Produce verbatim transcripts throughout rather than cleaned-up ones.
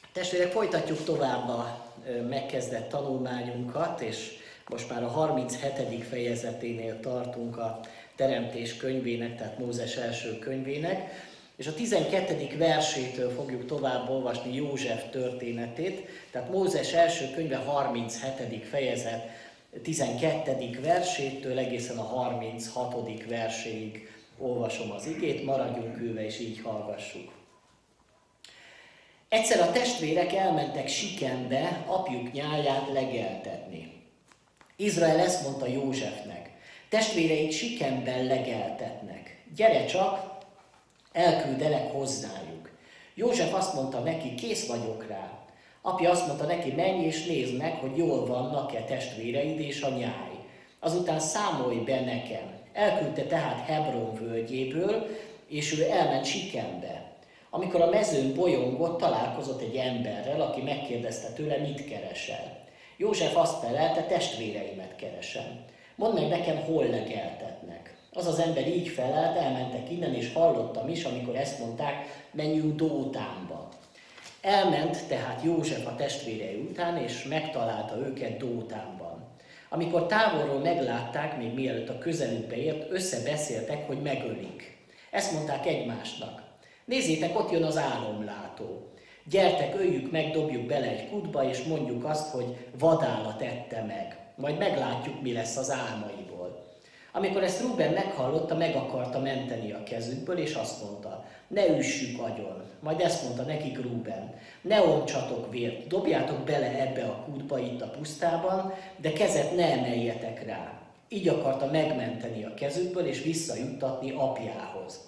Testvérek, folytatjuk tovább a megkezdett tanulmányunkat, és most már a harminchetedik fejezeténél tartunk a Teremtés könyvének, tehát Mózes első könyvének, és a tizenkettedik versétől fogjuk tovább olvasni József történetét, tehát Mózes első könyve harminchetedik fejezet tizenkettedik versétől egészen a harminchatodik verséig olvasom az igét, maradjunk ülve és így hallgassuk. Egyszer a testvérek elmentek Sikembe apjuk nyáját legeltetni. Izrael ezt mondta Józsefnek: testvéreik Sikemben legeltetnek. Gyere csak, elküldelek hozzájuk. József azt mondta neki: kész vagyok rá. Apja azt mondta neki: menj és nézd meg, hogy jól vannak-e testvéreid és a nyáj. Azután számolj be nekem. Elküldte tehát Hebron völgyéből, és ő elment Sikembe. Amikor a mezőn bolyongott, találkozott egy emberrel, aki megkérdezte tőle, mit keresel. József azt felelte: testvéreimet keresem. Mondd meg nekem, hol legeltetnek. Az az ember így felelt: elmentek innen, és hallottam is, amikor ezt mondták, menjünk Dótánba. Elment tehát József a testvérei után, és megtalálta őket Dótánban. Amikor távolról meglátták, még mielőtt a közelükbe ért, összebeszéltek, hogy megölik. Ezt mondták egymásnak: nézzétek, ott jön az álomlátó. Gyertek, öljük meg, dobjuk bele egy kútba, és mondjuk azt, hogy vadállat ette meg. Majd meglátjuk, mi lesz az álmaiból. Amikor ezt Ruben meghallotta, meg akarta menteni a kezükből, és azt mondta: ne üssük agyon. Majd ezt mondta nekik Ruben: ne ontsatok vért, dobjátok bele ebbe a kútba itt a pusztában, de kezet ne emeljetek rá. Így akarta megmenteni a kezükből, és visszajuttatni apjához.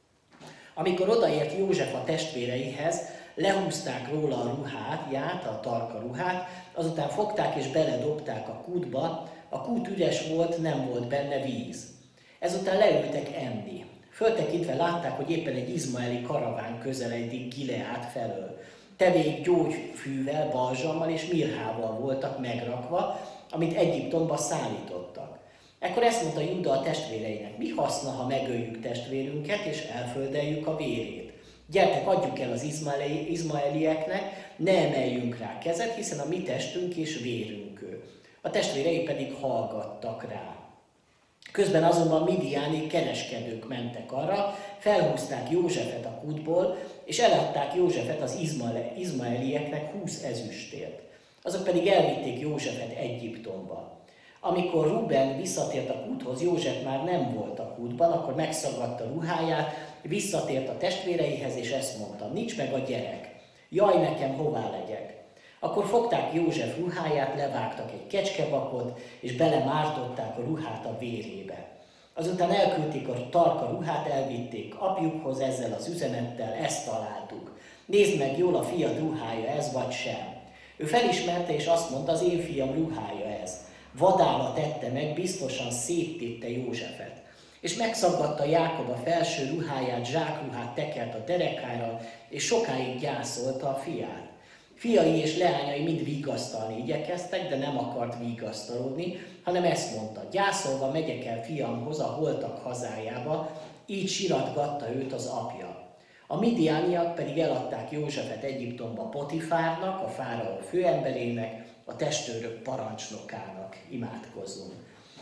Amikor odaért József a testvéreihez, lehúzták róla a ruháját, a tarka ruhát, azután fogták és beledobták a kútba. A kút üres volt, nem volt benne víz. Ezután leültek enni. Föltekintve látták, hogy éppen egy izmaeli karaván közeledik Gileád felől. Tevék gyógyfűvel, balzsammal és mirhával voltak megrakva, amit Egyiptomba szállítottak. Ekkor ezt mondta Júda a testvéreinek: mi haszna, ha megöljük testvérünket és elföldeljük a vérét? Gyertek, adjuk el az izmaeli, izmaelieknek, ne emeljünk rá kezet, hiszen a mi testünk és vérünk ő. A testvérei pedig hallgattak rá. Közben azonban midiáni kereskedők mentek arra, felhúzták Józsefet a kútból, és eladták Józsefet az izmaelieknek húsz ezüstért. Azok pedig elvitték Józsefet Egyiptomba. Amikor Ruben visszatért a kúthoz, József már nem volt a kútban, akkor megszaggatta ruháját, visszatért a testvéreihez, és ezt mondta: nincs meg a gyerek, jaj nekem, hová legyek. Akkor fogták József ruháját, levágtak egy kecskebakot, és belemártották a ruhát a vérébe. Azután elküldték a tarka ruhát, elvitték apjukhoz ezzel az üzenettel: ezt találtuk. Nézd meg jól, a fiad ruhája ez, vagy sem. Ő felismerte, és azt mondta: az én fiam ruhája ez. Vadállat tette meg, biztosan széttépte Józsefet. És megszaggatta Jákob a felső ruháját, zsákruhát tekert a derekára, és sokáig gyászolta a fiát. Fiai és leányai mind vigasztalni igyekeztek, de nem akart vigasztalodni, hanem ezt mondta: gyászolva megyek el fiamhoz, a holtak hazájába, így siratgatta őt az apja. A midiániak pedig eladták Józsefet Egyiptomba Potifárnak, a fáraó főemberének, a testőrök parancsnokának. Imádkozzunk.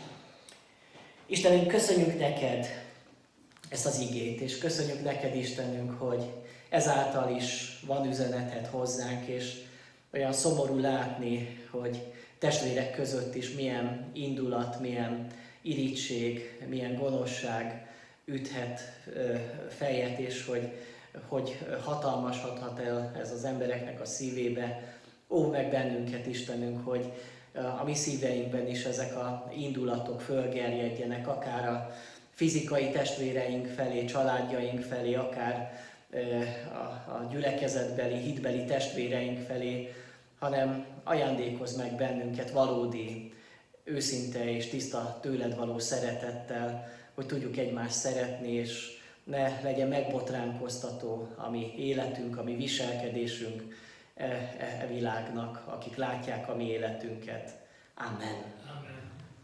Istenünk, köszönjük neked ezt az igét, és köszönjük neked, Istenünk, hogy ezáltal is van üzeneted hozzánk, és olyan szomorú látni, hogy testvérek között is milyen indulat, milyen irigység, milyen gonoszság üthet fejet, és hogy, hogy hatalmasodhat el ez az embereknek a szívébe. Óvd meg bennünket, Istenünk, hogy a mi szíveinkben is ezek az indulatok fölgerjedjenek, akár a fizikai testvéreink felé, családjaink felé, akár a gyülekezetbeli, hitbeli testvéreink felé, hanem ajándékozz meg bennünket valódi, őszinte és tiszta tőled való szeretettel, hogy tudjuk egymást szeretni, és ne legyen megbotránkoztató a mi életünk, a mi viselkedésünk e, e világnak, akik látják a mi életünket. Amen. Amen.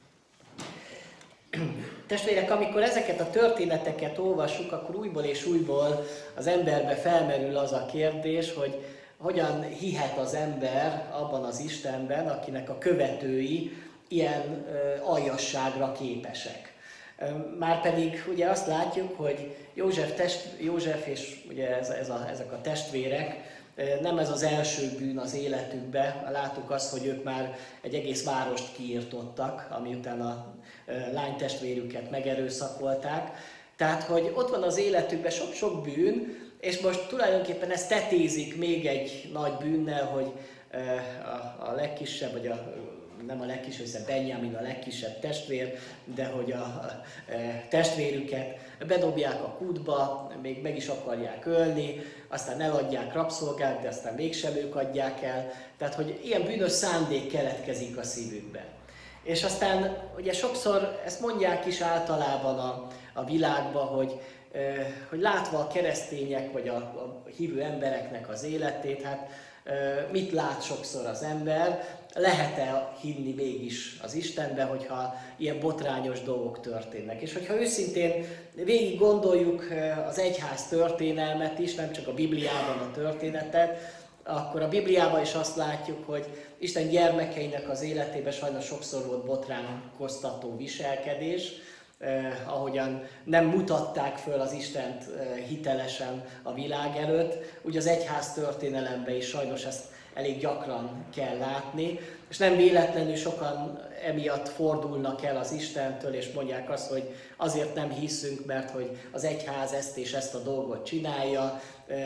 Testvérek, amikor ezeket a történeteket olvassuk, akkor újból és újból az emberbe felmerül az a kérdés, hogy hogyan hihet az ember abban az Istenben, akinek a követői ilyen aljasságra képesek. Márpedig ugye azt látjuk, hogy József, test, József és ugye ez, ez a, ezek a testvérek, nem ez az első bűn az életükbe. Láttuk azt, hogy ők már egy egész várost kiirtottak, amiután a lánytestvérüket megerőszakolták. Tehát, hogy ott van az életükben sok-sok bűn, és most tulajdonképpen ezt tetézik még egy nagy bűnnel, hogy a, a legkisebb, vagy a, nem a legkisebb, hiszen Benjamin a legkisebb testvér, de hogy a, a testvérüket bedobják a kútba, még meg is akarják ölni, aztán eladják rabszolgák, de aztán mégsem ők adják el. Tehát, hogy ilyen bűnös szándék keletkezik a szívükbe. És aztán ugye sokszor ezt mondják is általában a, a világban, hogy, hogy látva a keresztények vagy a, a hívő embereknek az életét, hát mit lát sokszor az ember, lehet-e hinni mégis az Istenbe, hogyha ilyen botrányos dolgok történnek. És hogyha őszintén végig gondoljuk az egyház történelmet is, nem csak a Bibliában a történetet, akkor a Bibliában is azt látjuk, hogy Isten gyermekeinek az életében sajnos sokszor volt botránkoztató viselkedés, eh, ahogyan nem mutatták föl az Istent eh, hitelesen a világ előtt. Úgy az egyház történelemben is sajnos ezt elég gyakran kell látni, és nem véletlenül sokan emiatt fordulnak el az Istentől, és mondják azt, hogy azért nem hiszünk, mert hogy az egyház ezt és ezt a dolgot csinálja,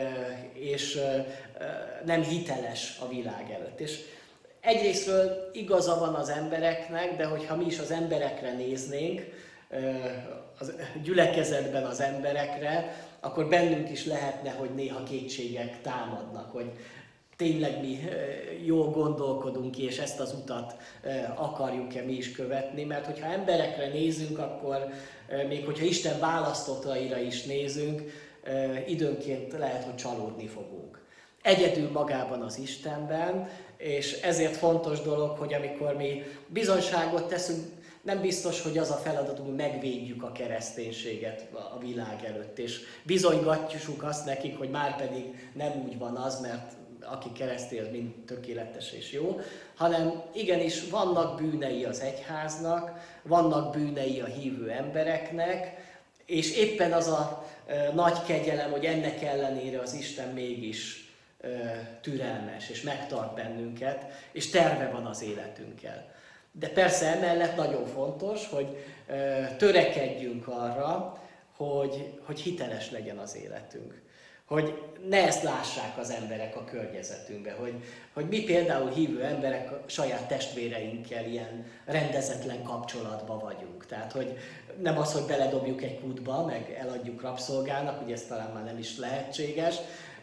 és nem hiteles a világ előtt. És egyrésztről igaza van az embereknek, de hogyha mi is az emberekre néznénk, a gyülekezetben az emberekre, akkor bennünk is lehetne, hogy néha kétségek támadnak, hogy tényleg mi jól gondolkodunk ki, és ezt az utat akarjuk-e mi is követni, mert hogyha emberekre nézünk, akkor még hogyha Isten választottaira is nézünk, időnként lehet, hogy csalódni fogunk. Egyedül magában az Istenben, és ezért fontos dolog, hogy amikor mi bizonyságot teszünk, nem biztos, hogy az a feladatunk, hogy megvédjük a kereszténységet a világ előtt, és bizonygatjuk azt nekik, hogy már pedig nem úgy van az, mert aki keresztény, az mind tökéletes és jó, hanem igenis vannak bűnei az egyháznak, vannak bűnei a hívő embereknek, és éppen az a e, nagy kegyelem, hogy ennek ellenére az Isten mégis e, türelmes, és megtart bennünket, és terve van az életünkkel. De persze emellett nagyon fontos, hogy e, törekedjünk arra, hogy, hogy hiteles legyen az életünk. Hogy ne ezt lássák az emberek a környezetünkben, hogy, hogy mi például hívő emberek a saját testvéreinkkel ilyen rendezetlen kapcsolatban vagyunk. Tehát, hogy nem az, hogy beledobjuk egy kútba, meg eladjuk rabszolgának, ugye ez talán már nem is lehetséges,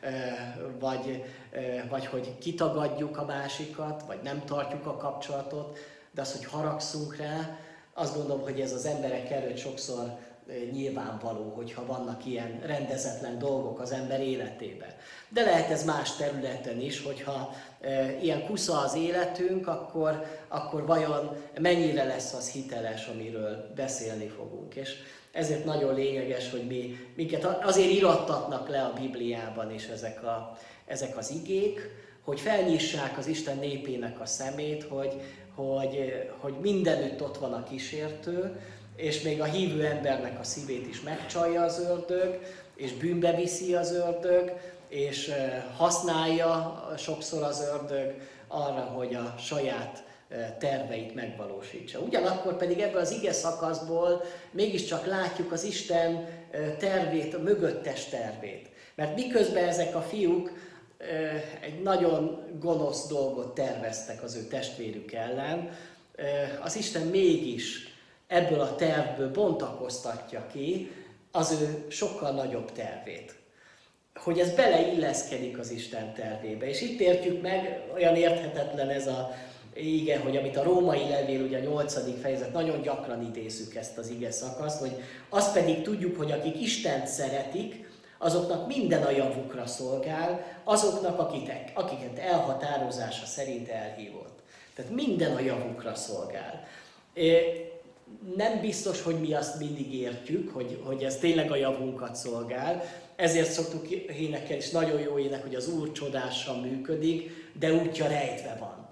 vagy, vagy hogy kitagadjuk a másikat, vagy nem tartjuk a kapcsolatot, de az, hogy haragszunk rá, azt gondolom, hogy ez az emberek előtt sokszor nyilvánvaló, hogyha vannak ilyen rendezetlen dolgok az ember életében. De lehet ez más területen is, hogyha e, ilyen kusza az életünk, akkor, akkor vajon mennyire lesz az hiteles, amiről beszélni fogunk. És ezért nagyon lényeges, hogy mi, minket azért irattatnak le a Bibliában is ezek, a, ezek az igék, hogy felnyissák az Isten népének a szemét, hogy, hogy, hogy mindenütt ott van a kísértő, és még a hívő embernek a szívét is megcsalja az ördög, és bűnbe viszi az ördög, és használja sokszor az ördög arra, hogy a saját terveit megvalósítsa. Ugyanakkor pedig ebből az ige szakaszból mégiscsak látjuk az Isten tervét, a mögöttes tervét. Mert miközben ezek a fiúk egy nagyon gonosz dolgot terveztek az ő testvérük ellen, az Isten mégis ebből a tervből bontakoztatja ki az ő sokkal nagyobb tervét. Hogy ez beleilleszkedik az Isten tervébe. És itt értjük meg, olyan érthetetlen ez a ige, hogy amit a római levél, ugye a nyolcadik fejezet, nagyon gyakran idézzük ezt az ige szakaszt, hogy azt pedig tudjuk, hogy akik Istent szeretik, azoknak minden a javukra szolgál, azoknak, akiket, akiket elhatározása szerint elhívott. Tehát minden a javukra szolgál. nem biztos, hogy mi azt mindig értjük, hogy, hogy ez tényleg a javunkat szolgál. Ezért szoktuk énekelni, és nagyon jó ének, hogy az Úr csodásan működik, de útja rejtve van.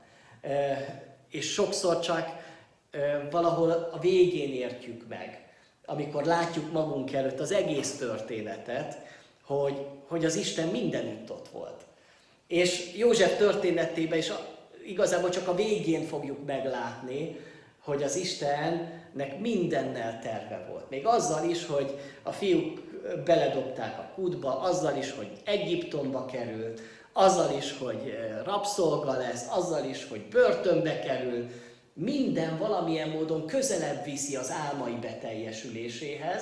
És sokszor csak valahol a végén értjük meg, amikor látjuk magunk előtt az egész történetet, hogy, hogy az Isten mindenütt ott volt. És József történetében is igazából csak a végén fogjuk meglátni, hogy az Istennek mindennel terve volt. Még azzal is, hogy a fiúk beledobták a kútba, azzal is, hogy Egyiptomba került, azzal is, hogy rabszolga lesz, azzal is, hogy börtönbe kerül, minden valamilyen módon közelebb viszi az álmai beteljesüléséhez,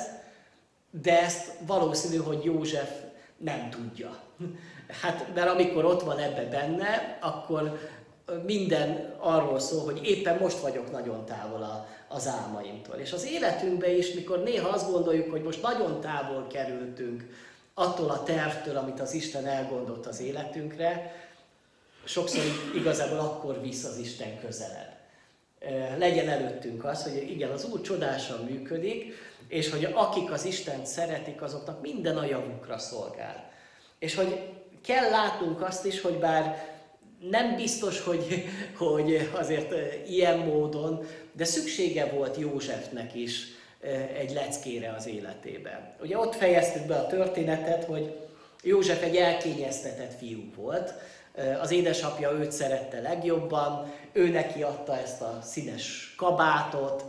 de ezt valószínű, hogy József nem tudja. Hát, mert amikor ott van ebbe benne, akkor minden arról szól, hogy éppen most vagyok nagyon távol az álmaimtól. És az életünkben is, mikor néha azt gondoljuk, hogy most nagyon távol kerültünk attól a tervtől, amit az Isten elgondolt az életünkre, sokszor igazából akkor visz az Isten közelebb. Legyen előttünk az, hogy igen, az Úr csodásan működik, és hogy akik az Istent szeretik, azoknak minden a javukra szolgál. És hogy kell látnunk azt is, hogy bár nem biztos, hogy, hogy azért ilyen módon, de szüksége volt Józsefnek is egy leckére az életében. Ugye ott fejeztük be a történetet, hogy József egy elkényeztetett fiú volt, az édesapja őt szerette legjobban, ő neki adta ezt a színes kabátot,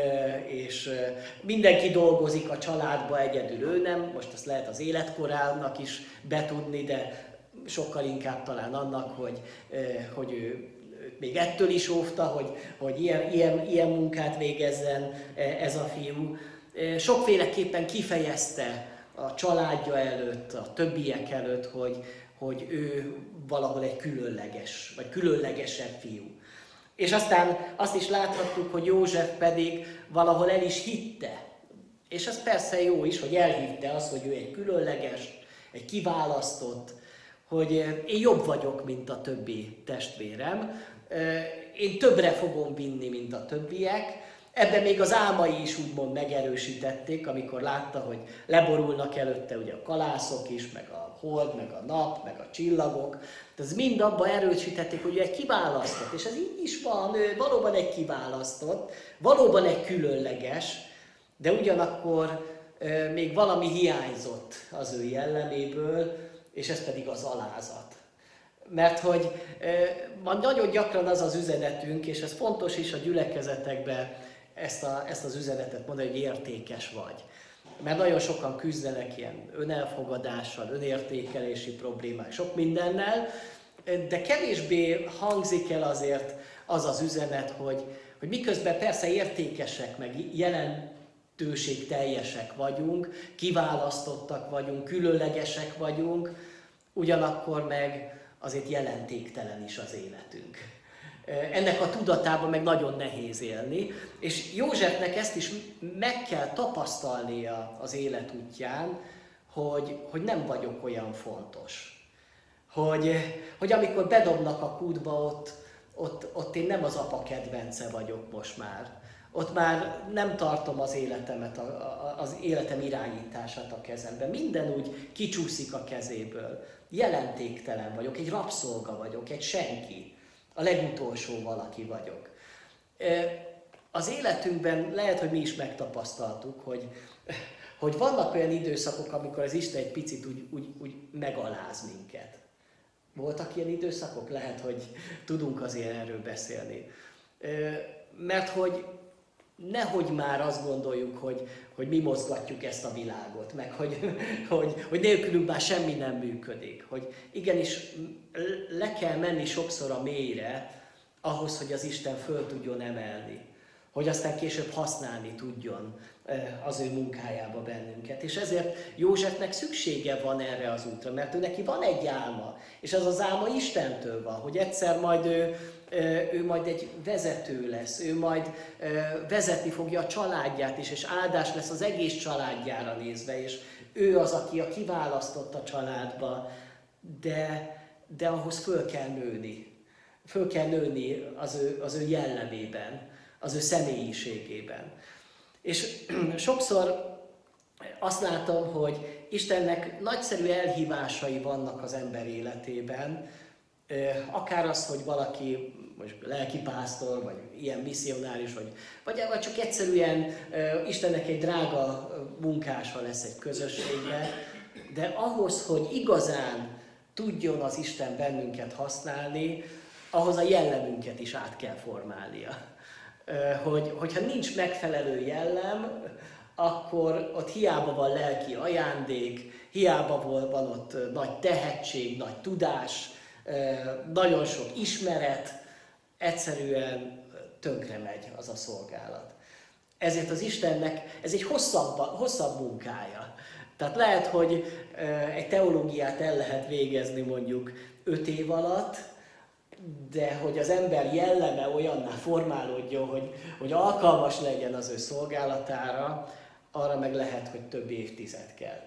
és mindenki dolgozik a családba, egyedül ő nem, most ezt lehet az életkorának is betudni, de sokkal inkább talán annak, hogy, hogy ő még ettől is óvta, hogy, hogy ilyen, ilyen, ilyen munkát végezzen ez a fiú. Sokféleképpen kifejezte a családja előtt, a többiek előtt, hogy, hogy ő valahol egy különleges, vagy különlegesebb fiú. És aztán azt is láthattuk, hogy József pedig valahol el is hitte. És az persze jó is, hogy elhitte azt, hogy ő egy különleges, egy kiválasztott, hogy én jobb vagyok, mint a többi testvérem, én többre fogom vinni, mint a többiek. Ebben még az álmai is úgymond megerősítették, amikor látta, hogy leborulnak előtte ugye a kalászok is, meg a hold, meg a nap, meg a csillagok. Ez mind abban erősítették, hogy ő egy kiválasztott, és ez így is van, ő valóban egy kiválasztott, valóban egy különleges, de ugyanakkor még valami hiányzott az ő jelleméből, és ez pedig az alázat. Mert hogy ma nagyon gyakran az az üzenetünk, és ez fontos is a gyülekezetekben ezt, a, ezt az üzenetet mondani, hogy értékes vagy. Mert nagyon sokan küzdenek ilyen önelfogadással, önértékelési problémák, sok mindennel, de kevésbé hangzik el azért az az üzenet, hogy, hogy miközben persze értékesek, meg jelentőségteljesek vagyunk, kiválasztottak vagyunk, különlegesek vagyunk, ugyanakkor meg azért jelentéktelen is az életünk. Ennek a tudatában meg nagyon nehéz élni, és Józsefnek ezt is meg kell tapasztalnia az élet útján, hogy, hogy nem vagyok olyan fontos. Hogy, hogy amikor bedobnak a kútba, ott, ott, ott én nem az apa kedvence vagyok most már. Ott már nem tartom az életemet, az életem irányítását a kezemben. Minden úgy kicsúszik a kezéből. Jelentéktelen vagyok, egy rabszolga vagyok, egy senki. A legutolsó valaki vagyok. Az életünkben lehet, hogy mi is megtapasztaltuk, hogy, hogy vannak olyan időszakok, amikor az Isten egy picit úgy, úgy, úgy megaláz minket. Voltak ilyen időszakok? Lehet, hogy tudunk azért erről beszélni. Mert hogy nehogy már azt gondoljuk, hogy, hogy mi mozgatjuk ezt a világot, meg hogy, hogy, hogy nélkülünk már semmi nem működik. Hogy igenis le kell menni sokszor a mélyre, ahhoz, hogy az Isten föl tudjon emelni. Hogy aztán később használni tudjon az ő munkájába bennünket. És ezért Józsefnek szüksége van erre az útra, mert ő neki van egy álma, és az az álma Istentől van, hogy egyszer majd ő, ő majd egy vezető lesz, ő majd vezetni fogja a családját is, és áldás lesz az egész családjára nézve, és ő az, aki a kiválasztott a családba, de, de ahhoz föl kell nőni. Föl kell nőni az ő, az ő jellemében, az ő személyiségében. És sokszor azt látom, hogy Istennek nagyszerű elhívásai vannak az ember életében, akár az, hogy valaki most lelkipásztor, vagy ilyen misszionáris, vagy, vagy csak egyszerűen Istennek egy drága munkása lesz egy közösségben, de ahhoz, hogy igazán tudjon az Isten bennünket használni, ahhoz a jellemünket is át kell formálnia. Hogy, hogyha nincs megfelelő jellem, akkor ott hiába van lelki ajándék, hiába van ott nagy tehetség, nagy tudás, nagyon sok ismeret, egyszerűen tönkre megy az a szolgálat. Ezért az Istennek ez egy hosszabb, hosszabb munkája. Tehát lehet, hogy egy teológiát el lehet végezni mondjuk öt év alatt, de hogy az ember jelleme olyanná formálódjon, hogy, hogy alkalmas legyen az ő szolgálatára, arra meg lehet, hogy több évtized kell.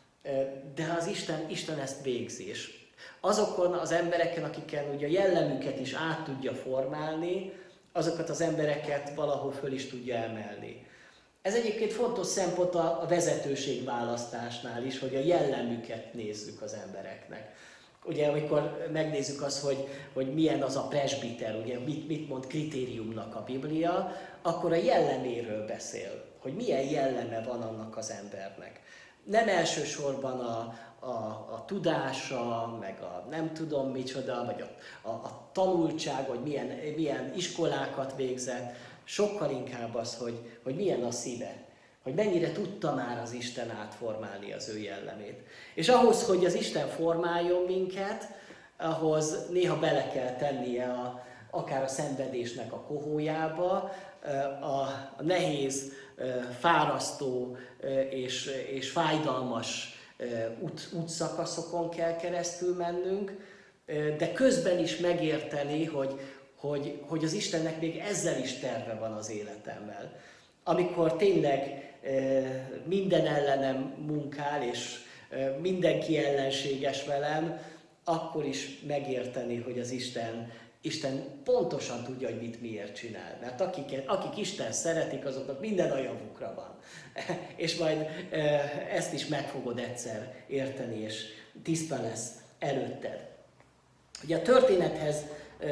De az Isten, Isten ezt végzi, és azokon az embereken, akiken ugye a jellemüket is át tudja formálni, azokat az embereket valahol föl is tudja emelni. Ez egyébként fontos szempont a vezetőség választásnál is, hogy a jellemüket nézzük az embereknek. Ugye, amikor megnézzük azt, hogy, hogy milyen az a presbiter, ugye, mit, mit mond kritériumnak a Biblia, akkor a jelleméről beszél, hogy milyen jelleme van annak az embernek. Nem elsősorban a, a, a tudása, meg a nem tudom micsoda, vagy a, a, a tanultság, hogy milyen, milyen iskolákat végzett, sokkal inkább az, hogy, hogy milyen a szíve, hogy mennyire tudta már az Isten átformálni az ő jellemét. És ahhoz, hogy az Isten formáljon minket, ahhoz néha bele kell tennie a, akár a szenvedésnek a kohójába, a, a nehéz, fárasztó és, és fájdalmas út, útszakaszokon kell keresztül mennünk, de közben is megérteni, hogy, hogy, hogy az Istennek még ezzel is terve van az életemmel. Amikor tényleg minden ellenem munkál, és mindenki ellenséges velem, akkor is megérteni, hogy az Isten, Isten pontosan tudja, hogy mit miért csinál. Mert akik, akik Isten szeretik, azoknak minden a javukra van. És majd ezt is meg fogod egyszer érteni, és tiszta lesz előtted. Ugye a történethez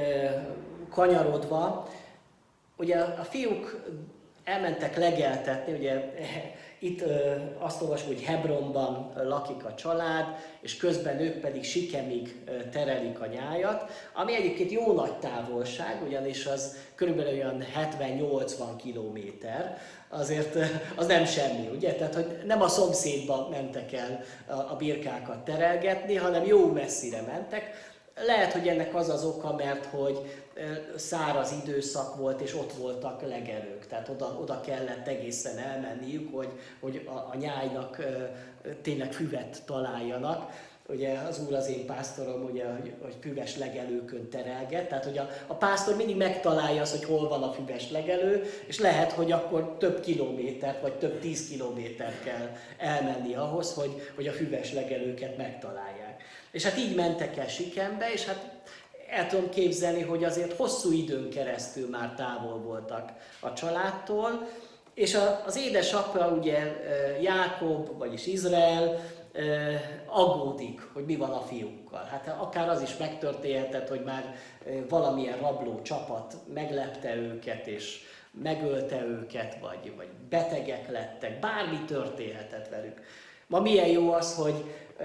kanyarodva, ugye a fiúk elmentek legeltetni, ugye itt ö, azt olvasom, hogy Hebronban lakik a család, és közben ők pedig Sikemig ö, terelik a nyájat, ami egyébként jó nagy távolság, ugyanis az körülbelül olyan hetven-nyolcvan kilométer, azért ö, az nem semmi, ugye? Tehát, hogy nem a szomszédba mentek el a, a birkákat terelgetni, hanem jó messzire mentek. Lehet, hogy ennek az az oka, mert hogy száraz időszak volt, és ott voltak legelők. Tehát oda, oda kellett egészen elmenniük, hogy, hogy a, a nyájnak tényleg füvet találjanak. Ugye az Úr az én pásztorom, ugye, hogy, hogy füves legelőkön terelget, tehát hogy a, a pásztor mindig megtalálja azt, hogy hol van a füves legelő, és lehet, hogy akkor több kilométert, vagy több tíz kilométert kell elmenni ahhoz, hogy, hogy a füves legelőket megtalálják. És hát így mentek el Sikembe, és hát el tudom képzelni, hogy azért hosszú időn keresztül már távol voltak a családtól, és az édesapja, ugye Jákob, vagyis Izrael, aggódik, hogy mi van a fiúkkal. Hát akár az is megtörténhetett, hogy már valamilyen rabló csapat meglepte őket, és megölte őket, vagy, vagy betegek lettek, bármi történhetett velük. Ma milyen jó az, hogy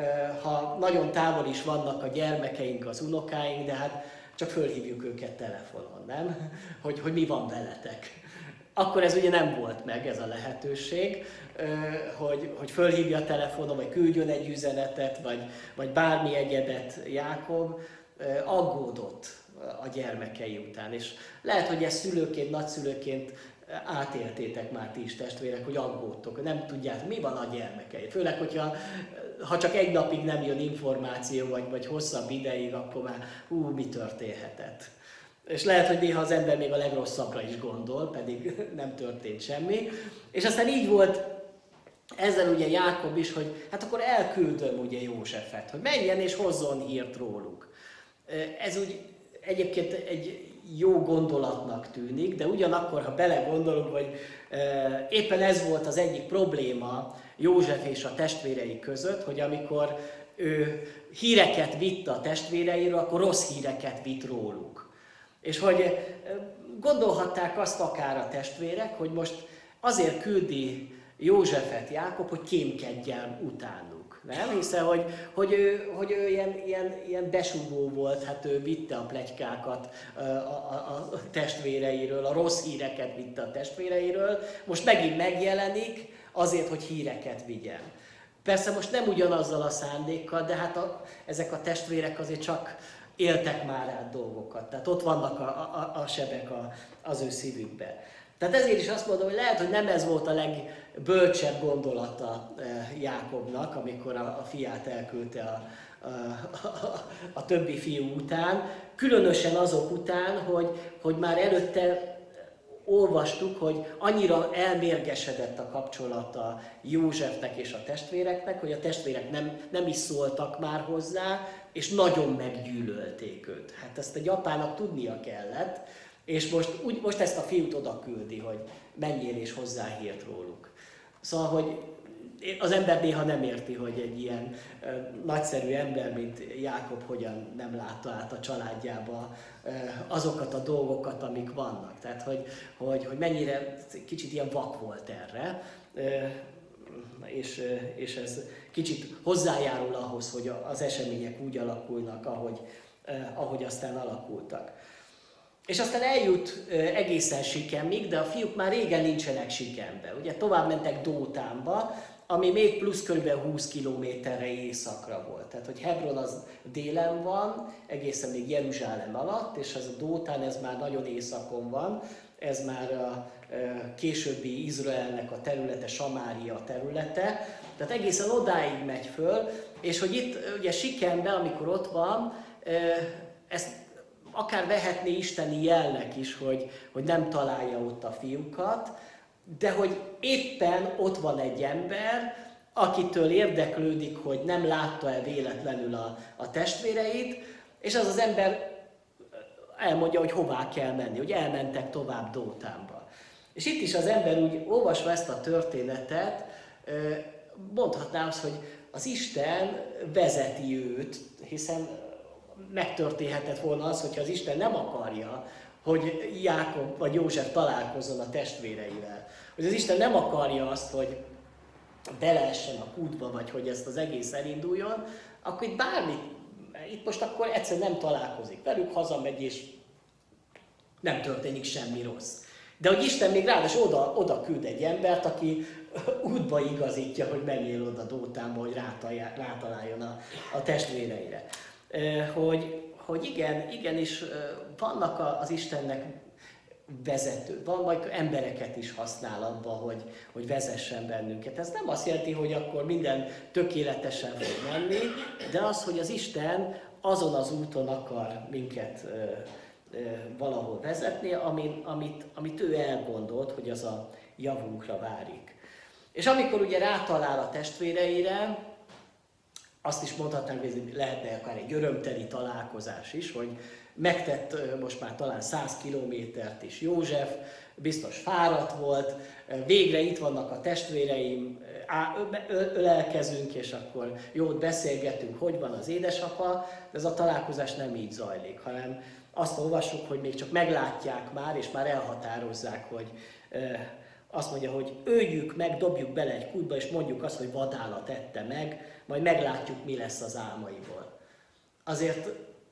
ha nagyon távol is vannak a gyermekeink, az unokáink, de hát csak fölhívjuk őket telefonon, nem? Hogy, hogy mi van veletek. Akkor ez ugye nem volt meg, ez a lehetőség, hogy, hogy fölhívja a telefonon, vagy küldjön egy üzenetet, vagy, vagy bármi egyebet Jákob, aggódott a gyermekei után. És lehet, hogy ezt szülőként, nagyszülőként átéltétek már ti is, testvérek, hogy aggódtok, nem tudjátok, mi van a gyermekei. Főleg, hogyha ha csak egy napig nem jön információ, vagy, vagy hosszabb ideig, akkor már hú, mi történhetett. És lehet, hogy néha az ember még a legrosszabbra is gondol, pedig nem történt semmi. És aztán így volt ezzel ugye Jákob is, hogy hát akkor elküldöm ugye Józsefet, hogy menjen és hozzon hírt róluk. Ez úgy egyébként egy jó gondolatnak tűnik, de ugyanakkor, ha belegondolunk, hogy éppen ez volt az egyik probléma József és a testvérei között, hogy amikor ő híreket vitt a testvéreiről, akkor rossz híreket vitt róluk. És hogy gondolhatták azt akár a testvérek, hogy most azért küldi Józsefet Jákob, hogy kémkedjen utánuk. Nem? Hiszen, hogy, hogy ő, hogy ő ilyen, ilyen, ilyen besugó volt, hát ő vitte a pletykákat a, a, a testvéreiről, a rossz híreket vitte a testvéreiről, most megint megjelenik azért, hogy híreket vigyen. Persze most nem ugyanazzal a szándékkal, de hát a, ezek a testvérek azért csak éltek már át dolgokat, tehát ott vannak a, a, a sebek a, az ő szívükben. Tehát ezért is azt mondom, hogy lehet, hogy nem ez volt a legbölcsebb gondolata Jákobnak, amikor a, a fiát elküldte a, a, a, a többi fiú után, különösen azok után, hogy, hogy már előtte olvastuk, hogy annyira elmérgesedett a kapcsolata Józsefnek és a testvéreknek, hogy a testvérek nem, nem is szóltak már hozzá, és nagyon meggyűlölték őt. Hát ezt egy apának tudnia kellett, és most, úgy, most ezt a fiút oda küldi, hogy menjél és hozzá hírt róluk. Szóval, hogy az ember néha nem érti, hogy egy ilyen ö, nagyszerű ember, mint Jákob, hogyan nem látta át a családjába ö, azokat a dolgokat, amik vannak. Tehát, hogy, hogy, hogy mennyire kicsit ilyen vak volt erre, ö, és, ö, és ez kicsit hozzájárul ahhoz, hogy az események úgy alakulnak, ahogy, ö, ahogy aztán alakultak. És aztán eljut egészen Sikemig, de a fiúk már régen nincsenek Sikembe. Ugye tovább mentek Dótánba, ami még plusz kb. húsz kilométerre északra volt. Tehát, hogy Hebron az délen van, egészen még Jeruzsálem alatt, és ez a Dótán, ez már nagyon északon van, ez már a későbbi Izraelnek a területe, Samária területe, tehát egészen odáig megy föl, és hogy itt ugye Sikemben, amikor ott van, ezt akár vehetné isteni jelnek is, hogy, hogy nem találja ott a fiúkat, de hogy éppen ott van egy ember, akitől érdeklődik, hogy nem látta-e véletlenül a, a testvéreit, és az az ember elmondja, hogy hová kell menni, hogy elmentek tovább Dótánba. És itt is az ember úgy olvasva ezt a történetet, mondhatná azt, hogy az Isten vezeti őt, hiszen megtörténhetett volna az, hogyha az Isten nem akarja, hogy Jákob vagy József találkozzon a testvéreivel. Hogy az Isten nem akarja azt, hogy beleessen a kútba, vagy hogy ezt az egész elinduljon, akkor itt bármit, itt most akkor egyszerűen nem találkozik velük, hazamegy és nem történik semmi rossz. De hogy Isten még ráadásul oda, oda küld egy embert, aki útba igazítja, hogy menjél oda Dótánba, hogy rátaláljon a, a testvéreire. Hogy, hogy igen, igenis vannak az Istennek vezető, van majd embereket is használ abba, hogy, hogy vezessen bennünket. Ez nem azt jelenti, hogy akkor minden tökéletesen fog menni, de az, hogy az Isten azon az úton akar minket ö, ö, valahol vezetni, amit, amit, amit ő elgondolt, hogy az a javunkra várik. És amikor ugye rátalál a testvéreire, azt is mondhatnánk, hogy lehetne akár egy örömteli találkozás is, hogy megtett most már talán száz kilométert is József, biztos fáradt volt, végre itt vannak a testvéreim, ölelkezünk, és akkor jót beszélgetünk, hogy van az édesapa, de ez a találkozás nem így zajlik, hanem azt olvassuk, hogy még csak meglátják már, és már elhatározzák, hogy azt mondja, hogy öljük meg, dobjuk bele egy kútba, és mondjuk azt, hogy vadállat ette meg, majd meglátjuk, mi lesz az álmaiból. Azért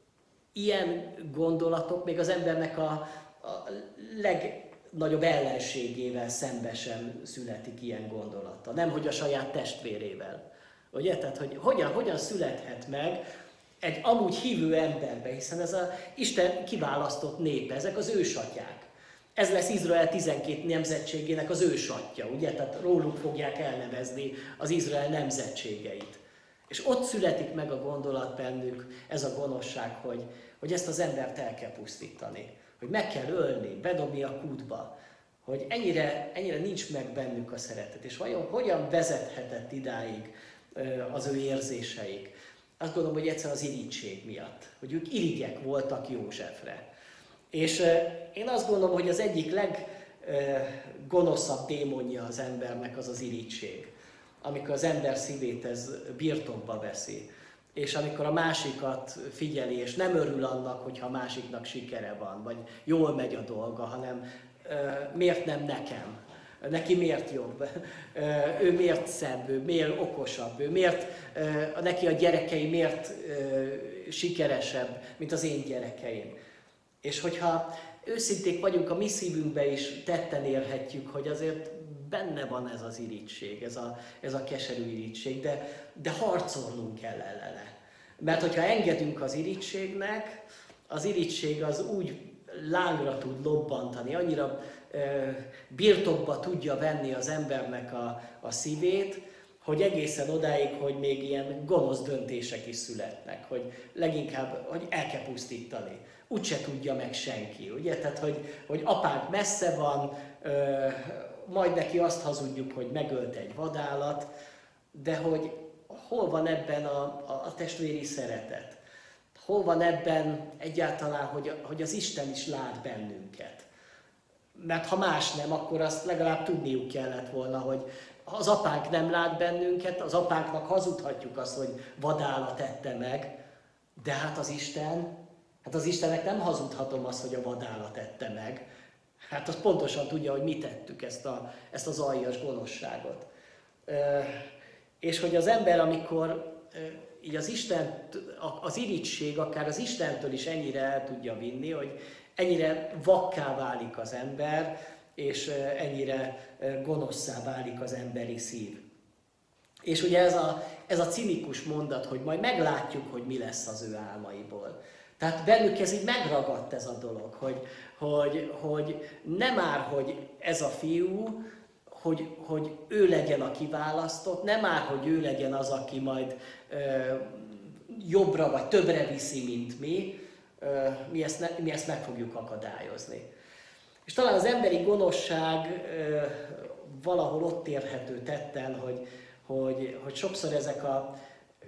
ilyen gondolatok még az embernek a, a legnagyobb ellenségével szembe sem születik ilyen gondolata. Nem, hogy a saját testvérével. Ugye? Tehát, hogy hogyan, hogyan születhet meg egy amúgy hívő emberbe, hiszen ez az Isten kiválasztott népe, ezek az ősatyák. Ez lesz Izrael tizenkét nemzetségének az ősatja, ugye? Tehát róluk fogják elnevezni az Izrael nemzetségeit. És ott születik meg a gondolat bennük, ez a gonoszság, hogy, hogy ezt az embert el kell pusztítani. Hogy meg kell ölni, bedobni a kútba. Hogy ennyire, ennyire nincs meg bennük a szeretet. És vajon hogyan vezethetett idáig az ő érzéseik? Azt gondolom, hogy egyszer az irigység miatt, hogy ők irigyek voltak Józsefre. És én azt gondolom, hogy az egyik leggonoszabb démonja az embernek az az irigység. Amikor az ember szívét ez birtokba veszi, és amikor a másikat figyeli, és nem örül annak, hogyha a másiknak sikere van, vagy jól megy a dolga, hanem miért nem nekem? Neki miért jobb? Ő miért szebb? Ő miért okosabb? Ő miért, neki a gyerekei miért sikeresebb, mint az én gyerekeim? És hogyha őszinték vagyunk, a mi szívünkbe is tetten érhetjük, hogy azért benne van ez az irigység, ez a, ez a keserű irigység, de, de harcolnunk kell ellene. Mert hogyha engedünk az irigységnek, az irigység az úgy lángra tud lobbantani, annyira birtokba tudja venni az embernek a, a szívét, hogy egészen odáig, hogy még ilyen gonosz döntések is születnek, hogy leginkább, hogy el kell pusztítani. Úgyse tudja meg senki, ugye? Tehát, hogy, hogy apánk messze van, majd neki azt hazudjuk, hogy megölt egy vadállat, de hogy hol van ebben a, a, a testvéri szeretet? Hol van ebben egyáltalán, hogy, hogy az Isten is lát bennünket? Mert ha más nem, akkor azt legalább tudniuk kellett volna, hogy az apánk nem lát bennünket, az apánknak hazudhatjuk azt, hogy vadállat ette meg, de hát az Isten, hát az Istennek nem hazudhatom azt, hogy a vadállat ette meg. Hát az pontosan tudja, hogy mi tettük ezt, a, ezt az aljas gonoszságot. E, és hogy az ember, amikor e, így az Isten, az irigység akár az Istentől is ennyire el tudja vinni, hogy ennyire vakká válik az ember, és ennyire gonoszszá válik az emberi szív. És ugye ez a, ez a cinikus mondat, hogy majd meglátjuk, hogy mi lesz az ő álmaiból. Tehát bennük ez így megragadt ez a dolog, hogy, hogy, hogy nem már, hogy ez a fiú, hogy, hogy ő legyen a kiválasztott, nem már, hogy ő legyen az, aki majd ö, jobbra vagy többre viszi, mint mi, ö, mi, ezt ne, mi ezt meg fogjuk akadályozni. És talán az emberi gonoszság ö, valahol ott érhető tetten, hogy, hogy, hogy sokszor ezek a ö,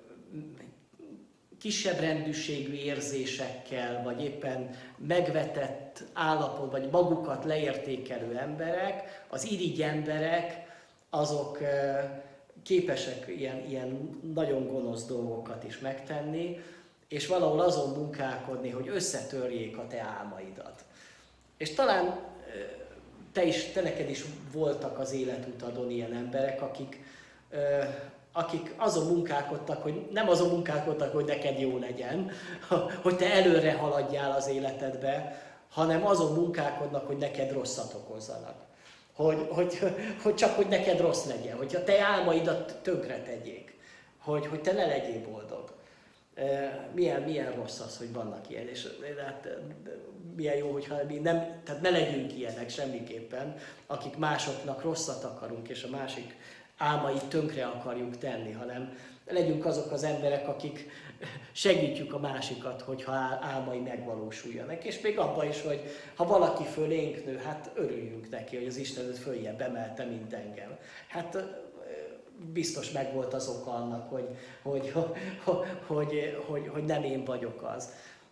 kisebb rendűségű érzésekkel, vagy éppen megvetett állapot, vagy magukat leértékelő emberek, az irigy emberek, azok ö, képesek ilyen, ilyen nagyon gonosz dolgokat is megtenni, és valahol azon munkálkodni, hogy összetörjék a te álmaidat. És talán te is, te neked is voltak az életutadon ilyen emberek, akik, akik azon munkálkodtak, hogy nem azon munkálkodtak, hogy neked jó legyen, hogy te előre haladjál az életedbe, hanem azon munkálkodnak, hogy neked rosszat okozzanak. Hogy, hogy, hogy csak hogy neked rossz legyen, hogy a te álmaidat tönkre tegyék, hogy, hogy te ne legyél boldog. Milyen, milyen rossz az, hogy vannak ilyen, és hát, milyen jó, hogyha mi nem, tehát ne legyünk ilyenek semmiképpen, akik másoknak rosszat akarunk, és a másik álmait tönkre akarjuk tenni, hanem legyünk azok az emberek, akik segítjük a másikat, hogyha álmai megvalósuljanak. És még abban is, hogy ha valaki fölénk nő, hát örüljünk neki, hogy az Isten őt följebb emelte, mint engem. Hát biztos megvolt az oka annak, hogy, hogy, hogy, hogy, hogy, hogy nem én vagyok az.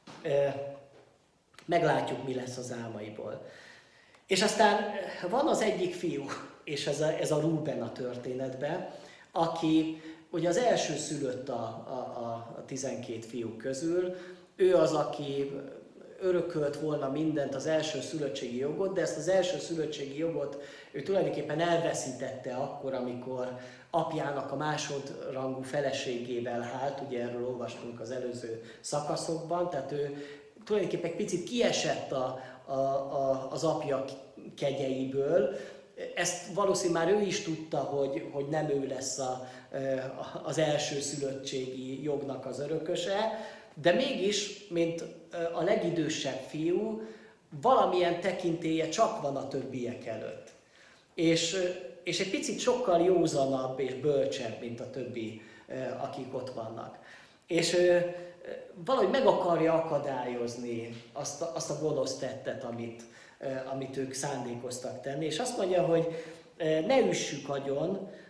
Meglátjuk, mi lesz az álmaiból. És aztán van az egyik fiú, és ez a, ez a Rúben a történetben, aki ugye az első szülött a, a, a tizenkét fiú közül, ő az, aki örökölt volna mindent, az első szülöttségi jogot, de ezt az első szülöttségi jogot ő tulajdonképpen elveszítette akkor, amikor apjának a másodrangú feleségével hált, ugye erről olvastunk az előző szakaszokban, tehát ő tulajdonképpen egy picit kiesett a, a, a, az apja kegyeiből. Ezt valószínűleg már ő is tudta, hogy, hogy nem ő lesz a, az első szülöttségi jognak az örököse, de mégis, mint a legidősebb fiú, valamilyen tekintélye csak van a többiek előtt. És, és egy picit sokkal józanabb és bölcsebb, mint a többi, akik ott vannak. És valahogy meg akarja akadályozni azt a, azt a gonosz tettet, amit, amit ők szándékoztak tenni. És azt mondja, hogy ne üssük agyon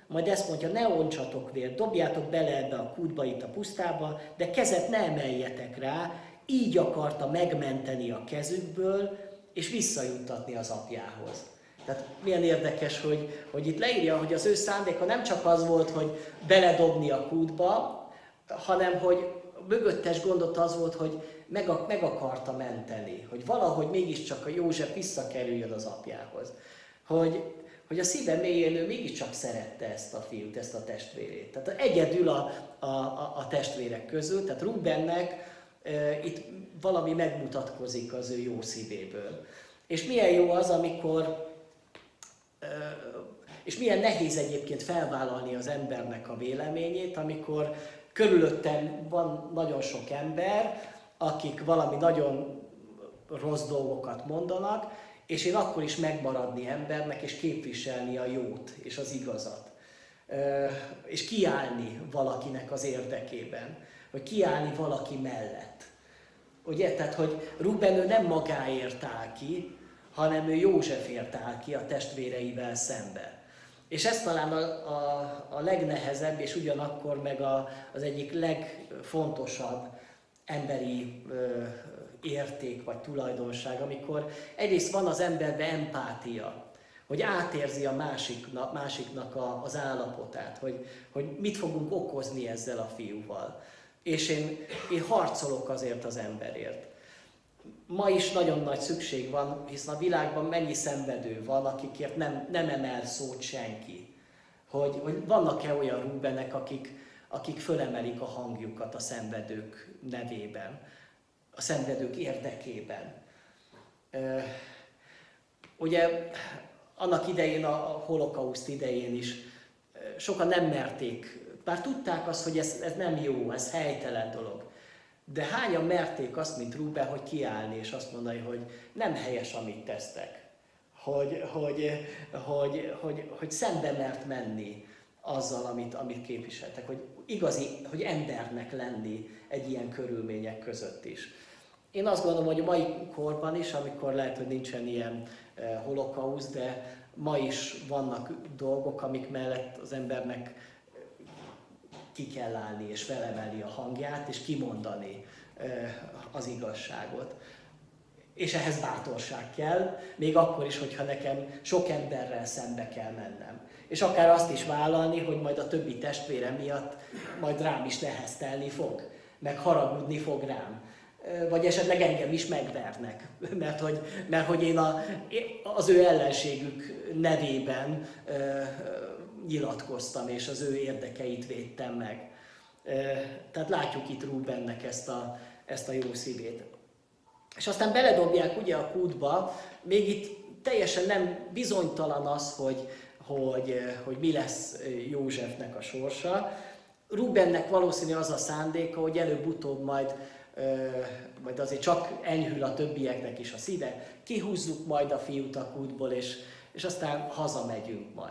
majd ezt mondja, ne ontsatok vért, dobjátok bele ebbe a kútba itt a pusztába, de kezet ne emeljetek rá, így akarta megmenteni a kezükből, és visszajuttatni az apjához. Tehát milyen érdekes, hogy, hogy itt leírja, hogy az ő szándéka nem csak az volt, hogy beledobni a kútba, hanem hogy mögöttes gondot az volt, hogy meg, meg akarta menteni, hogy valahogy mégiscsak a József visszakerüljön az apjához. Hogy, hogy a szíve mélyén ő mégiscsak szerette ezt a fiút, ezt a testvérét. Tehát egyedül a, a, a testvérek közül, tehát Rubennek e, itt valami megmutatkozik az ő jó szívéből. És milyen jó az, amikor, e, és milyen nehéz egyébként felvállalni az embernek a véleményét, amikor körülöttem van nagyon sok ember, akik valami nagyon rossz dolgokat mondanak, és én akkor is megmaradni embernek, és képviselni a jót és az igazat. És kiállni valakinek az érdekében, hogy kiállni valaki mellett. Ugye? Tehát, hogy Ruben ő nem magáért áll ki, hanem ő Józsefért áll ki a testvéreivel szemben. És ez talán a, a, a legnehezebb, és ugyanakkor meg a, az egyik legfontosabb emberi ö, érték vagy tulajdonság, amikor egyrészt van az emberben empátia, hogy átérzi a másiknak, másiknak a, az állapotát, hogy, hogy mit fogunk okozni ezzel a fiúval. És én, én harcolok azért az emberért. Ma is nagyon nagy szükség van, hiszen a világban mennyi szenvedő van, akikért nem, nem emel szót senki. Hogy, hogy vannak-e olyan Rubenek, akik, akik fölemelik a hangjukat a szenvedők nevében, a szenvedők érdekében. Ugye annak idején, a holokauszt idején is sokan nem merték, bár tudták azt, hogy ez, ez nem jó, ez helytelen dolog. De hányan merték azt, mint Ruben, hogy kiállni és azt mondani, hogy nem helyes, amit tesztek. Hogy, hogy, hogy, hogy, hogy szembe mert menni azzal, amit, amit képviseltek. Hogy igazi, hogy embernek lenni egy ilyen körülmények között is. Én azt gondolom, hogy a mai korban is, amikor lehet, hogy nincsen ilyen eh, holokauszt, de ma is vannak dolgok, amik mellett az embernek ki kell állni, és felemeli a hangját, és kimondani az igazságot. És ehhez bátorság kell, még akkor is, hogyha nekem sok emberrel szembe kell mennem. És akár azt is vállalni, hogy majd a többi testvérem miatt majd rám is neheztelni fog, meg haragudni fog rám. Vagy esetleg engem is megvernek, mert hogy, mert hogy én a, az ő ellenségük nevében nyilatkoztam, és az ő érdekeit védtem meg. Tehát látjuk itt Rubennek ezt a, ezt a jó szívét. És aztán beledobják ugye a kútba, még itt teljesen nem bizonytalan az, hogy, hogy, hogy mi lesz Józsefnek a sorsa. Rubennek valószínű az a szándéka, hogy előbb-utóbb majd, majd azért csak enyhül a többieknek is a szíve, kihúzzuk majd a fiút a kútból, és, és aztán hazamegyünk majd.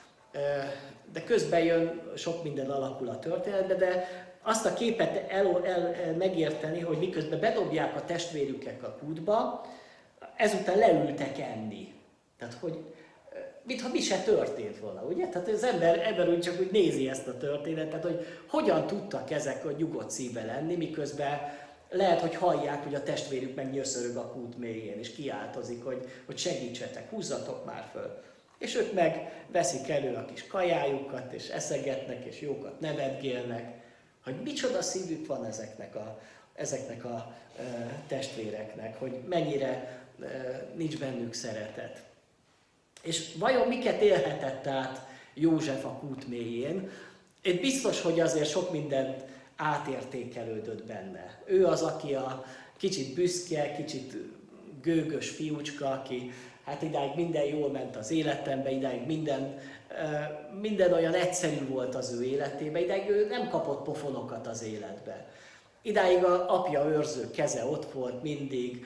De közben jön, sok minden alakul a történetbe, de azt a képet el, el, megérteni, hogy miközben bedobják a testvérüket a kútba, ezután leültek enni. Tehát, hogy mintha mi se történt volna, ugye? Tehát az ember, ember úgy csak úgy nézi ezt a történetet, hogy hogyan tudtak ezek a nyugodt szívvel lenni, miközben lehet, hogy hallják, hogy a testvérük meg nyöszörög a kút mélyén, és kiáltozik, hogy, hogy segítsetek, húzzatok már föl. És ők meg veszik elő a kis kajájukat, és eszegetnek, és jókat nevetgélnek, hogy micsoda szívük van ezeknek a, ezeknek a e, testvéreknek, hogy mennyire e, nincs bennük szeretet. És vajon miket élhetett át József a kút mélyén? Én biztos, hogy azért sok mindent átértékelődött benne. Ő az, aki a kicsit büszke, kicsit gőgös fiúcska, aki hát idáig minden jól ment az életembe, idáig minden, minden olyan egyszerű volt az ő életében, idáig ő nem kapott pofonokat az életbe. Idáig a apja őrző keze ott volt mindig,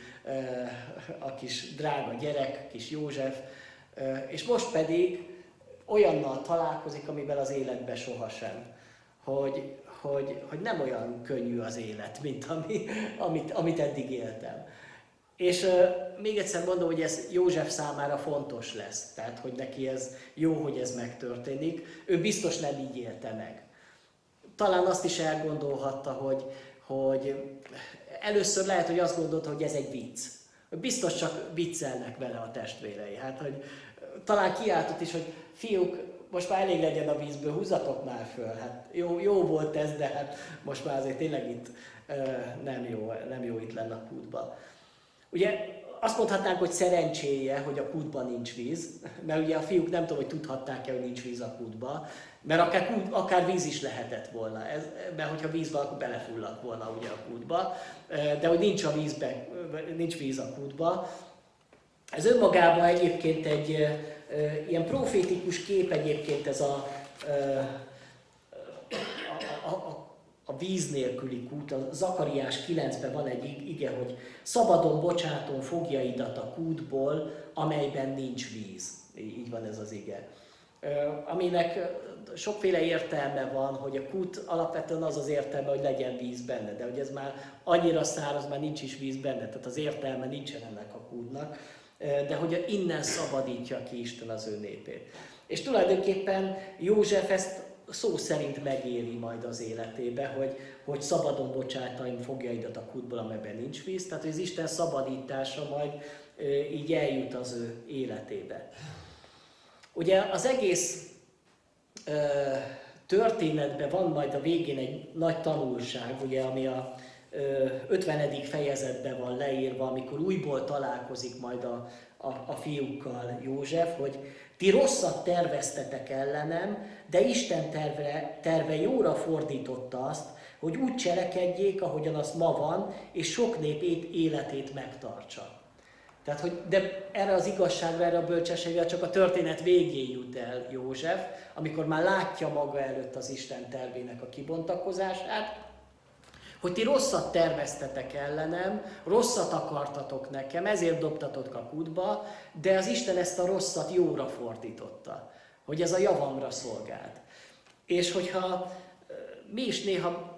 a kis drága gyerek, kis József, és most pedig olyannal találkozik, amivel az életben sohasem. Hogy, hogy, hogy nem olyan könnyű az élet, mint ami, amit, amit eddig éltem. És uh, még egyszer mondom, hogy ez József számára fontos lesz, tehát hogy neki ez jó, hogy ez megtörténik. Ő biztos nem így élte meg. Talán azt is elgondolhatta, hogy, hogy először lehet, hogy azt gondolta, hogy ez egy vicc. Biztos csak viccelnek vele a testvérei. Hát, hogy talán kiáltott is, hogy fiúk, most már elég legyen a vízből, húzatok már föl. Hát jó, jó volt ez, de hát most már azért tényleg itt nem jó, nem jó itt lenne a kútban. Ugye azt mondhatnánk, hogy szerencséje, hogy a kútban nincs víz, mert ugye a fiúk nem tudom, hogy tudhatták-e, hogy nincs víz a kútban, mert akár, kút, akár víz is lehetett volna, ez, mert hogyha víz van, akkor belefulladt volna ugye a kútba, de hogy nincs, a vízbe, nincs víz a kútba. Ez önmagában egyébként egy e, e, ilyen profétikus kép egyébként ez a, e, a, a, a a víz nélküli kút. A Zakariás kilencben van egy ige, hogy szabadon bocsátom fogjaidat a kútból, amelyben nincs víz. Így van ez az ige. Aminek sokféle értelme van, hogy a kút alapvetően az az értelme, hogy legyen víz benne, de hogy ez már annyira száraz, már nincs is víz benne, tehát az értelme nincsen ennek a kútnak, de hogy innen szabadítja ki Isten az ő népét. És tulajdonképpen József ezt szó szerint megéli majd az életébe, hogy, hogy szabadon bocsátaim fogjaidat a kútból, amelyben nincs víz, tehát hogy az Isten szabadítása majd e, így eljut az ő életébe. Ugye az egész e, történetben van majd a végén egy nagy tanulság, ugye, ami a e, ötvenedik fejezetben van leírva, amikor újból találkozik majd a, a, a fiúkkal József, hogy ti rosszat terveztetek ellenem, de Isten terve, terve jóra fordította azt, hogy úgy cselekedjék, ahogyan az ma van, és sok nép életét megtartsa. Tehát, hogy de erre az igazságra, erre a bölcsességre csak a történet végén jut el József, amikor már látja maga előtt az Isten tervének a kibontakozását, hogy ti rosszat terveztetek ellenem, rosszat akartatok nekem, ezért dobtatok a kútba, de az Isten ezt a rosszat jóra fordította, hogy ez a javamra szolgált. És hogyha mi is néha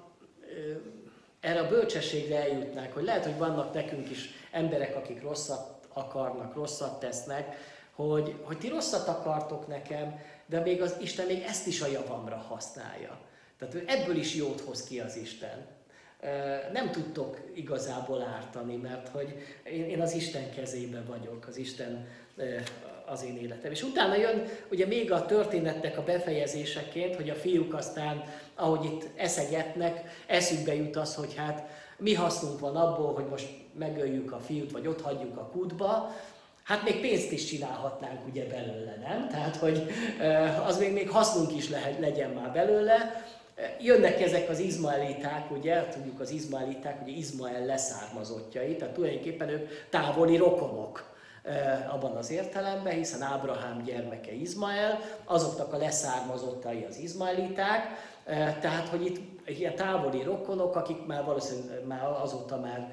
erre a bölcsességre eljutnánk, hogy lehet, hogy vannak nekünk is emberek, akik rosszat akarnak, rosszat tesznek, hogy, hogy ti rosszat akartok nekem, de még az Isten még ezt is a javamra használja. Tehát ebből is jót hoz ki az Isten. Nem tudtok igazából ártani, mert hogy én az Isten kezében vagyok, az Isten az én életem. És utána jön ugye még a történetnek a befejezéseként, hogy a fiúk aztán, ahogy itt eszegetnek, eszükbe jut az, hogy hát mi hasznunk van abból, hogy most megöljük a fiút, vagy ott hagyjuk a kútba. Hát még pénzt is csinálhatnánk ugye belőle, nem? Tehát, hogy az még, még hasznunk is lehet, legyen már belőle. Jönnek ezek az izmaeliták, ugye, tudjuk az izmaeliták, ugye Izmael leszármazottjai, tehát tulajdonképpen ők távoli rokonok abban az értelemben, hiszen Ábrahám gyermeke Izmael, azoknak a leszármazottai az izmaeliták, tehát, hogy itt ilyen távoli rokonok, akik már valószínűleg már azóta már,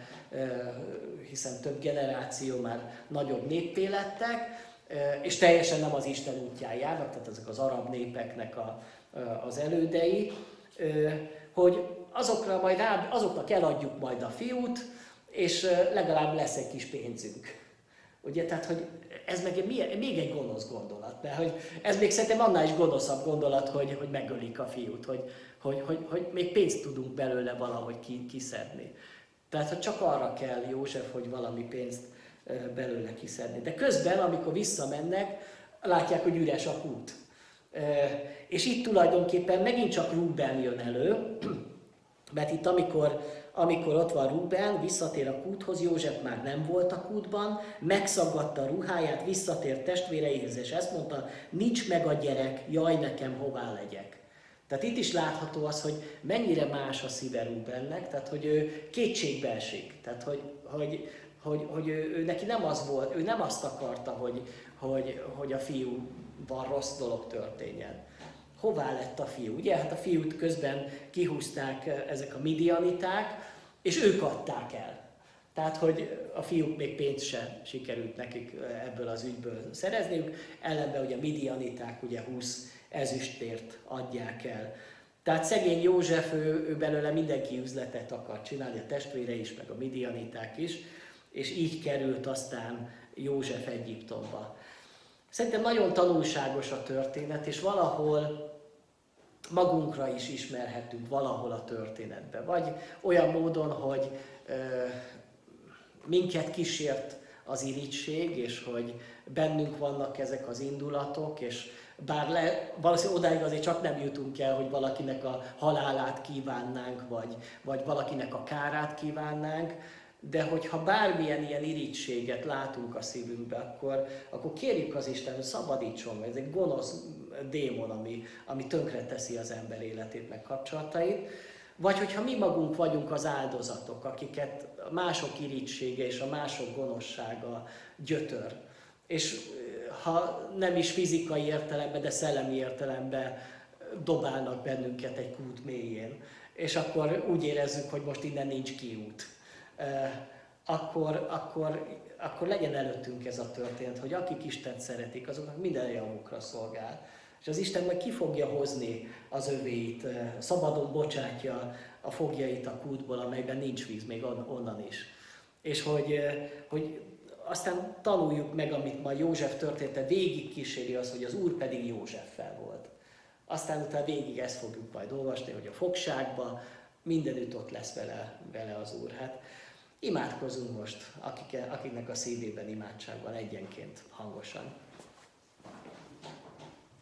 hiszen több generáció már nagyobb néppé lettek, és teljesen nem az Isten útján járnak, tehát ezek az arab népeknek a, az elődei, hogy azokra majd rá, azoknak eladjuk majd a fiút, és legalább lesz egy kis pénzünk. Ugye, tehát, hogy ez meg még egy gonosz gondolat, mert hogy ez még szerintem annál is gonoszabb gondolat, hogy, hogy megölik a fiút, hogy, hogy, hogy, hogy még pénzt tudunk belőle valahogy kiszedni. Tehát, hogy csak arra kell József, hogy valami pénzt belőle kiszedni. De közben, amikor visszamennek, látják, hogy üres a kút. És itt tulajdonképpen megint csak Rúben jön elő, mert itt amikor, amikor ott van Rúben, visszatér a kúthoz, József már nem volt a kútban, megszaggatta a ruháját, visszatért testvéreihez, és ezt mondta, nincs meg a gyerek, jaj nekem, hová legyek. Tehát itt is látható az, hogy mennyire más a szíve Rúbennek, tehát hogy ő kétségbe esik, tehát hogy, hogy, hogy, hogy ő, ő neki nem az volt, ő nem azt akarta, hogy, hogy, hogy a fiúban rossz dolog történjen. Hová lett a fiú? Ugye, hát a fiút közben kihúzták ezek a midianiták, és ők adták el. Tehát, hogy a fiúk még pénzt sem sikerült nekik ebből az ügyből szerezniük, ellenben ugye a midianiták ugye húsz ezüstért adják el. Tehát szegény József, ő, ő belőle mindenki üzletet akar csinálni, a testvére is, meg a midianiták is, és így került aztán József Egyiptomba. Szerintem nagyon tanulságos a történet, és valahol magunkra is ismerhetünk valahol a történetbe. Vagy olyan módon, hogy ö, minket kísért az irigység, és hogy bennünk vannak ezek az indulatok, és bár le, valószínűleg odáig azért csak nem jutunk el, hogy valakinek a halálát kívánnánk, vagy, vagy valakinek a kárát kívánnánk, de hogyha bármilyen ilyen irigységet látunk a szívünkbe, akkor, akkor kérjük az Isten, hogy szabadítson meg. Ez egy gonosz démon, ami, ami tönkreteszi az ember életét, meg kapcsolatait. Vagy hogyha mi magunk vagyunk az áldozatok, akiket a mások irigysége és a mások gonoszsága gyötör. És ha nem is fizikai értelemben, de szellemi értelemben dobálnak bennünket egy kút mélyén, és akkor úgy érezzük, hogy most innen nincs kiút. Akkor, akkor, akkor legyen előttünk ez a történet, hogy akik Istent szeretik, azoknak minden javukra szolgál. És az Isten meg ki fogja hozni az övéit, szabadon bocsátja a fogjait a kútból, amelyben nincs víz, még onnan is. És hogy, hogy aztán tanuljuk meg, amit ma József története végig kíséri az, hogy az Úr pedig Józseffel volt. Aztán utána végig ezt fogjuk majd olvasni, hogy a fogságban mindenütt ott lesz vele, vele az Úr. Hát imádkozzunk most, akik, akiknek a szívében imádság van egyenként hangosan.